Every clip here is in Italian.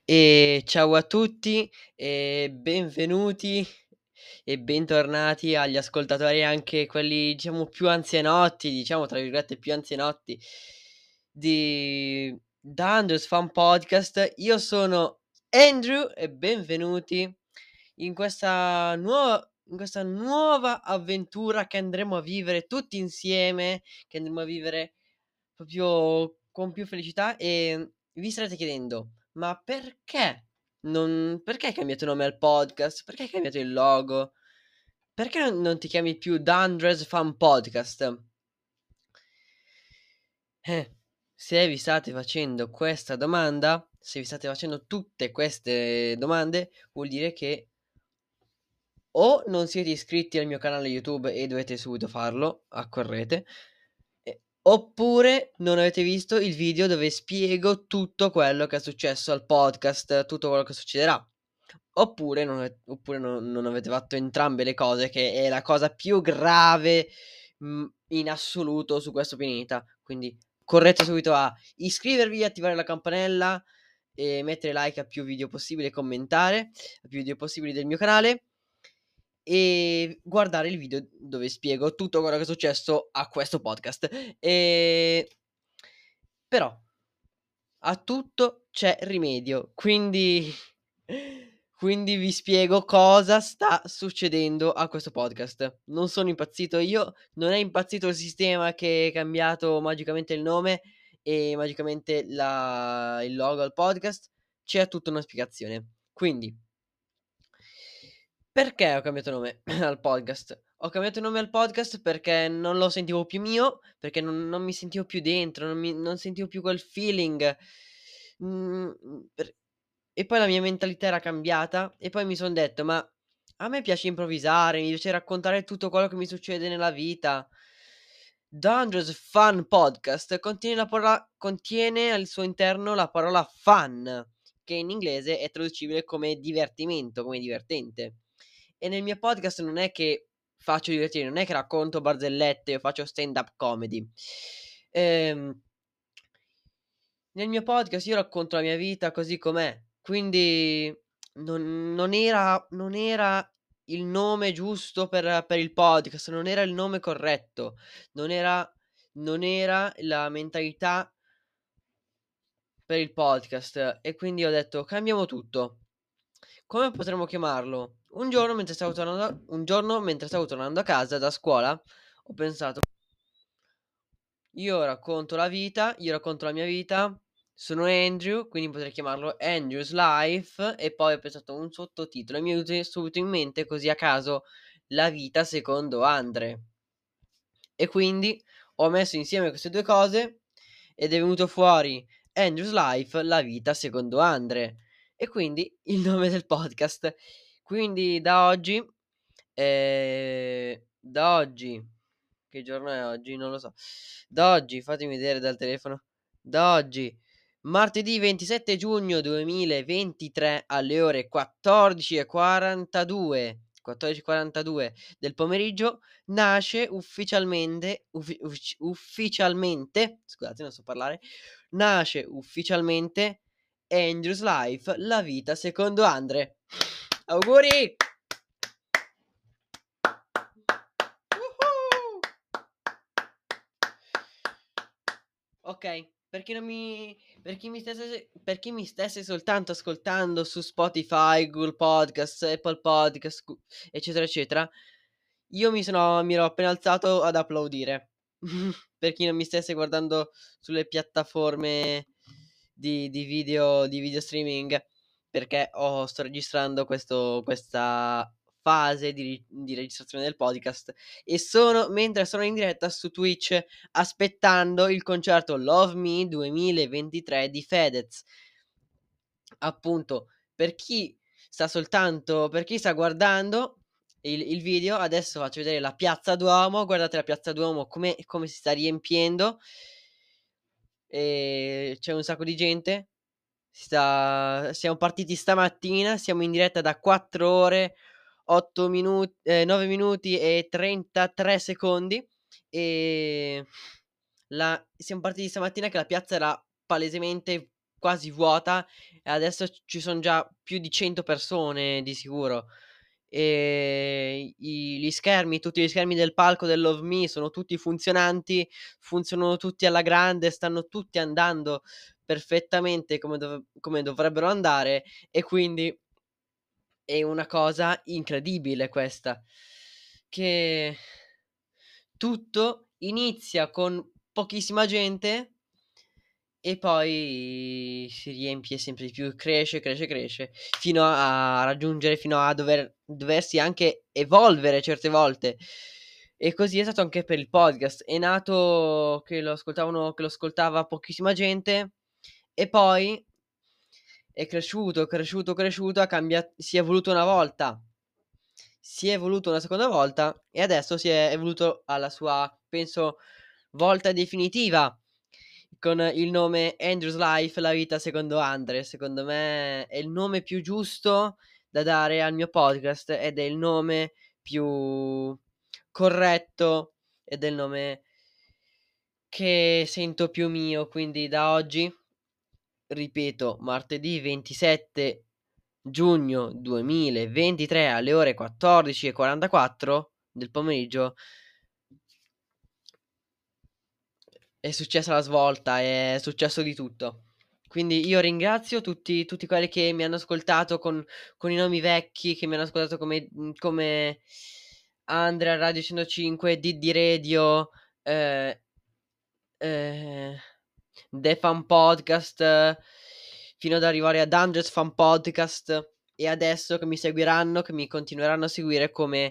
Ciao a tutti e benvenuti e bentornati agli ascoltatori, anche quelli diciamo più anzianotti, diciamo tra virgolette "più anzianotti" di Dangerous Fan Podcast. Io sono Andrew e benvenuti in questa nuova avventura che andremo a vivere tutti insieme, che andremo a vivere proprio con più felicità. Vi starete chiedendo: "Ma perché hai cambiato nome al podcast? Perché hai cambiato il logo? Perché non ti chiami più Dandres Fan Podcast?" Se vi state facendo questa domanda, se vi state facendo tutte queste domande, vuol dire che o non siete iscritti al mio canale YouTube e dovete subito farlo, accorrete, oppure non avete visto il video dove spiego tutto quello che è successo al podcast, tutto quello che succederà. Oppure non avete fatto entrambe le cose, che è la cosa più grave, in assoluto su questo pianeta. Quindi correte subito a iscrivervi, attivare la campanella e mettere like a più video possibili e commentare a più video possibili del mio canale, e guardare il video dove spiego tutto quello che è successo a questo podcast. Però a tutto c'è rimedio, quindi quindi vi spiego cosa sta succedendo a questo podcast. Non sono impazzito io, non è impazzito il sistema che è cambiato magicamente il nome e magicamente il logo al podcast, c'è tutta una spiegazione. Quindi perché ho cambiato nome al podcast? Ho cambiato nome al podcast perché non lo sentivo più mio, perché non mi sentivo più dentro, non sentivo più quel feeling. Per E poi la mia mentalità era cambiata e poi mi son detto: "Ma a me piace improvvisare, mi piace raccontare tutto quello che mi succede nella vita". Dangerous Fun Podcast contiene al suo interno la parola fun, che in inglese è traducibile come divertimento, come divertente. E nel mio podcast non è che faccio divertire, non è che racconto barzellette o faccio stand-up comedy. Ehm, Nel mio podcast io racconto la mia vita così com'è, quindi non era il nome giusto per il podcast, non era il nome corretto, non era non era la mentalità per il podcast, e quindi ho detto: "Cambiamo tutto. Come potremmo chiamarlo?" Un giorno mentre stavo tornando a casa da scuola, ho pensato: io racconto la mia vita, sono Andrew, quindi potrei chiamarlo Andrew's Life, e poi ho pensato a un sottotitolo e mi è venuto subito in mente, così a caso: "La vita secondo Andre". E quindi ho messo insieme queste 2 cose ed è venuto fuori Andrew's Life, la vita secondo Andre, e quindi il nome del podcast. Quindi da oggi che giorno è oggi? Non lo so. Da oggi, fatemi vedere dal telefono, da oggi, martedì 27 giugno 2023, alle ore 14:42 del pomeriggio, nasce ufficialmente, scusate non so parlare, nasce ufficialmente Andrew's Life, la vita secondo Andre. Auguri! Woohoo! Okay, per chi mi stesse soltanto ascoltando su Spotify, Google Podcast, Apple Podcast, eccetera, eccetera, mi ero appena alzato ad applaudire. Per chi non mi stesse guardando sulle piattaforme di video streaming, perché sto registrando questa fase di registrazione del podcast, e mentre sono in diretta su Twitch, aspettando il concerto Love Me 2023 di Fedez. Appunto, per chi sta guardando il video, adesso faccio vedere la piazza Duomo. Guardate la piazza Duomo come si sta riempiendo. C'è un sacco di gente. Siamo partiti stamattina, siamo in diretta da 4 ore, 9 minuti e 33 secondi. Siamo partiti stamattina che la piazza era palesemente quasi vuota e adesso ci son già più di 100 persone di sicuro. Gli schermi, tutti gli schermi del palco del Love Me sono tutti funzionanti, funzionano tutti alla grande, stanno tutti andando perfettamente come dovrebbero andare e quindi è una cosa incredibile questa, che tutto inizia con pochissima gente e poi si riempie sempre di più, cresce, cresce, cresce, fino a raggiungere fino a doversi anche evolvere certe volte. E così è stato anche per il podcast. È nato che lo ascoltava pochissima gente e poi è cresciuto, cresciuto, cresciuto, si è evoluto una volta, si è evoluto una seconda volta e adesso si è evoluto alla sua, penso, volta definitiva con il nome Andrew's Life, la vita secondo Andre. Secondo me è il nome più giusto da dare al mio podcast ed è il nome più corretto ed è il nome che sento più mio. Quindi da oggi, ripeto, martedì 27 giugno 2023 alle ore 14:44 del pomeriggio è successa la svolta, è successo di tutto. Quindi io ringrazio tutti quelli che mi hanno ascoltato con i nomi vecchi, che mi hanno ascoltato come Andrea Radio 105, Diddy Radio, ehm, ehm, The Fan Podcast, fino ad arrivare ad Andres Fan Podcast e adesso che mi seguiranno, che mi continueranno a seguire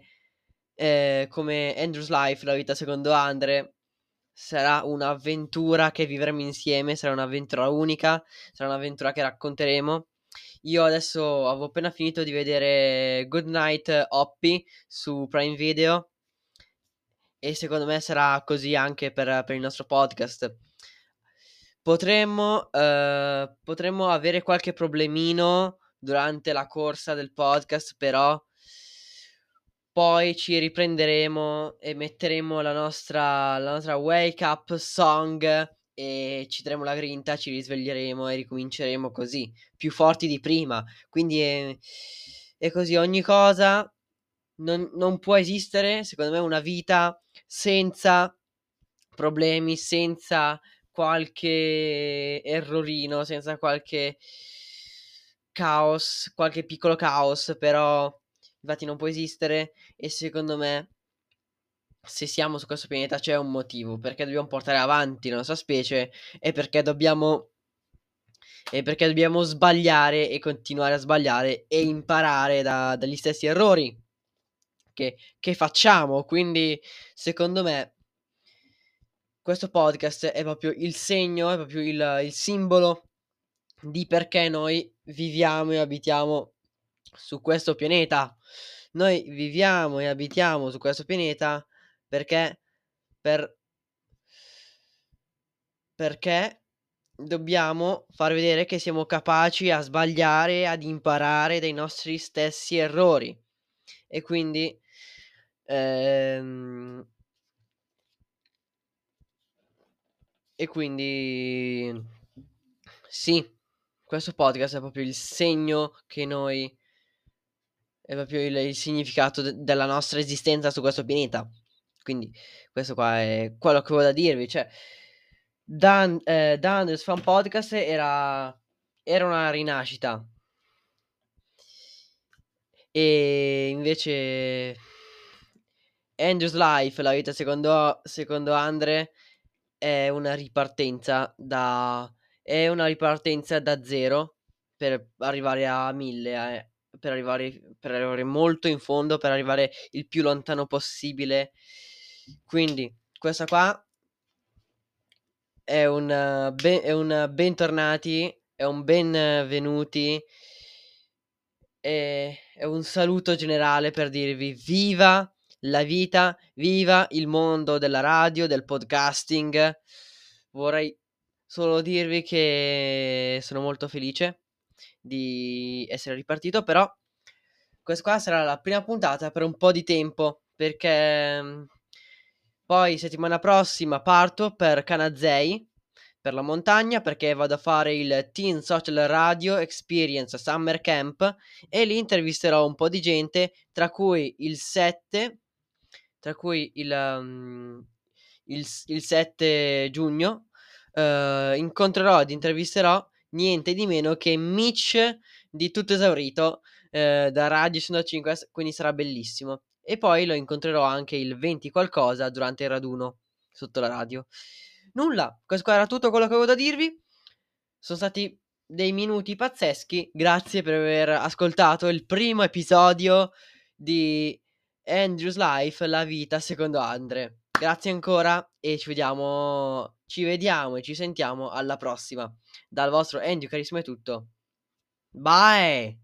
come Andrew's Life, la vita secondo Andre. Sarà un'avventura che vivremo insieme, sarà un'avventura unica, sarà un'avventura che racconteremo. Io adesso avevo appena finito di vedere Goodnight Hoppy su Prime Video e secondo me sarà così anche per il nostro podcast. Potremmo avere qualche problemino durante la corsa del podcast, però poi ci riprenderemo e metteremo la nostra wake up song e ci daremo la grinta, ci risveglieremo e ricominceremo così, più forti di prima. Quindi è così, ogni cosa non può esistere, secondo me, una vita senza problemi, senza qualche errorino, senza qualche caos, qualche piccolo caos, però infatti non può esistere e secondo me se siamo su questo pianeta c'è un motivo, perché dobbiamo portare avanti la nostra specie e perché dobbiamo sbagliare e continuare a sbagliare e imparare dagli stessi errori che facciamo. Quindi secondo me questo podcast è proprio il segno, è proprio il simbolo di perché noi viviamo e abitiamo su questo pianeta. Noi viviamo e abitiamo su questo pianeta perché per perché dobbiamo far vedere che siamo capaci a sbagliare, ad imparare dai nostri stessi errori. E quindi, ehm E quindi sì, questo podcast è proprio il segno che noi è proprio il significato della nostra esistenza su questo pianeta. Quindi questo qua è quello che avevo da dirvi, cioè da Andres Fan Podcast era una rinascita. Invece Andrew's Life, la vita secondo Andre, è una ripartenza da 0 per arrivare a 1000, per arrivare molto in fondo, per arrivare il più lontano possibile. Quindi questa qua è un bentornati, è un benvenuti, è un saluto generale per dirvi: viva la vita, viva il mondo della radio, del podcasting. Vorrei solo dirvi che sono molto felice di essere ripartito, però questa qua sarà la prima puntata per un po' di tempo, perché, poi settimana prossima parto per Canazei, per la montagna, perché vado a fare il Teen Social Radio Experience Summer Camp e lì intervisterò un po' di gente, tra cui il 7 giugno, incontrerò ed intervisterò niente di meno che Mitch di Tutto Esaurito, da Radio 105, quindi sarà bellissimo. E poi lo incontrerò anche il 20 qualcosa durante il raduno sotto la radio. Nulla, questo qua era tutto quello che avevo da dirvi. Sono stati dei minuti pazzeschi. Grazie per aver ascoltato il primo episodio di Andrew's Life, la vita secondo Andre. Grazie ancora e ci vediamo e ci sentiamo alla prossima. Dal vostro Andrew carissimo è tutto. Bye!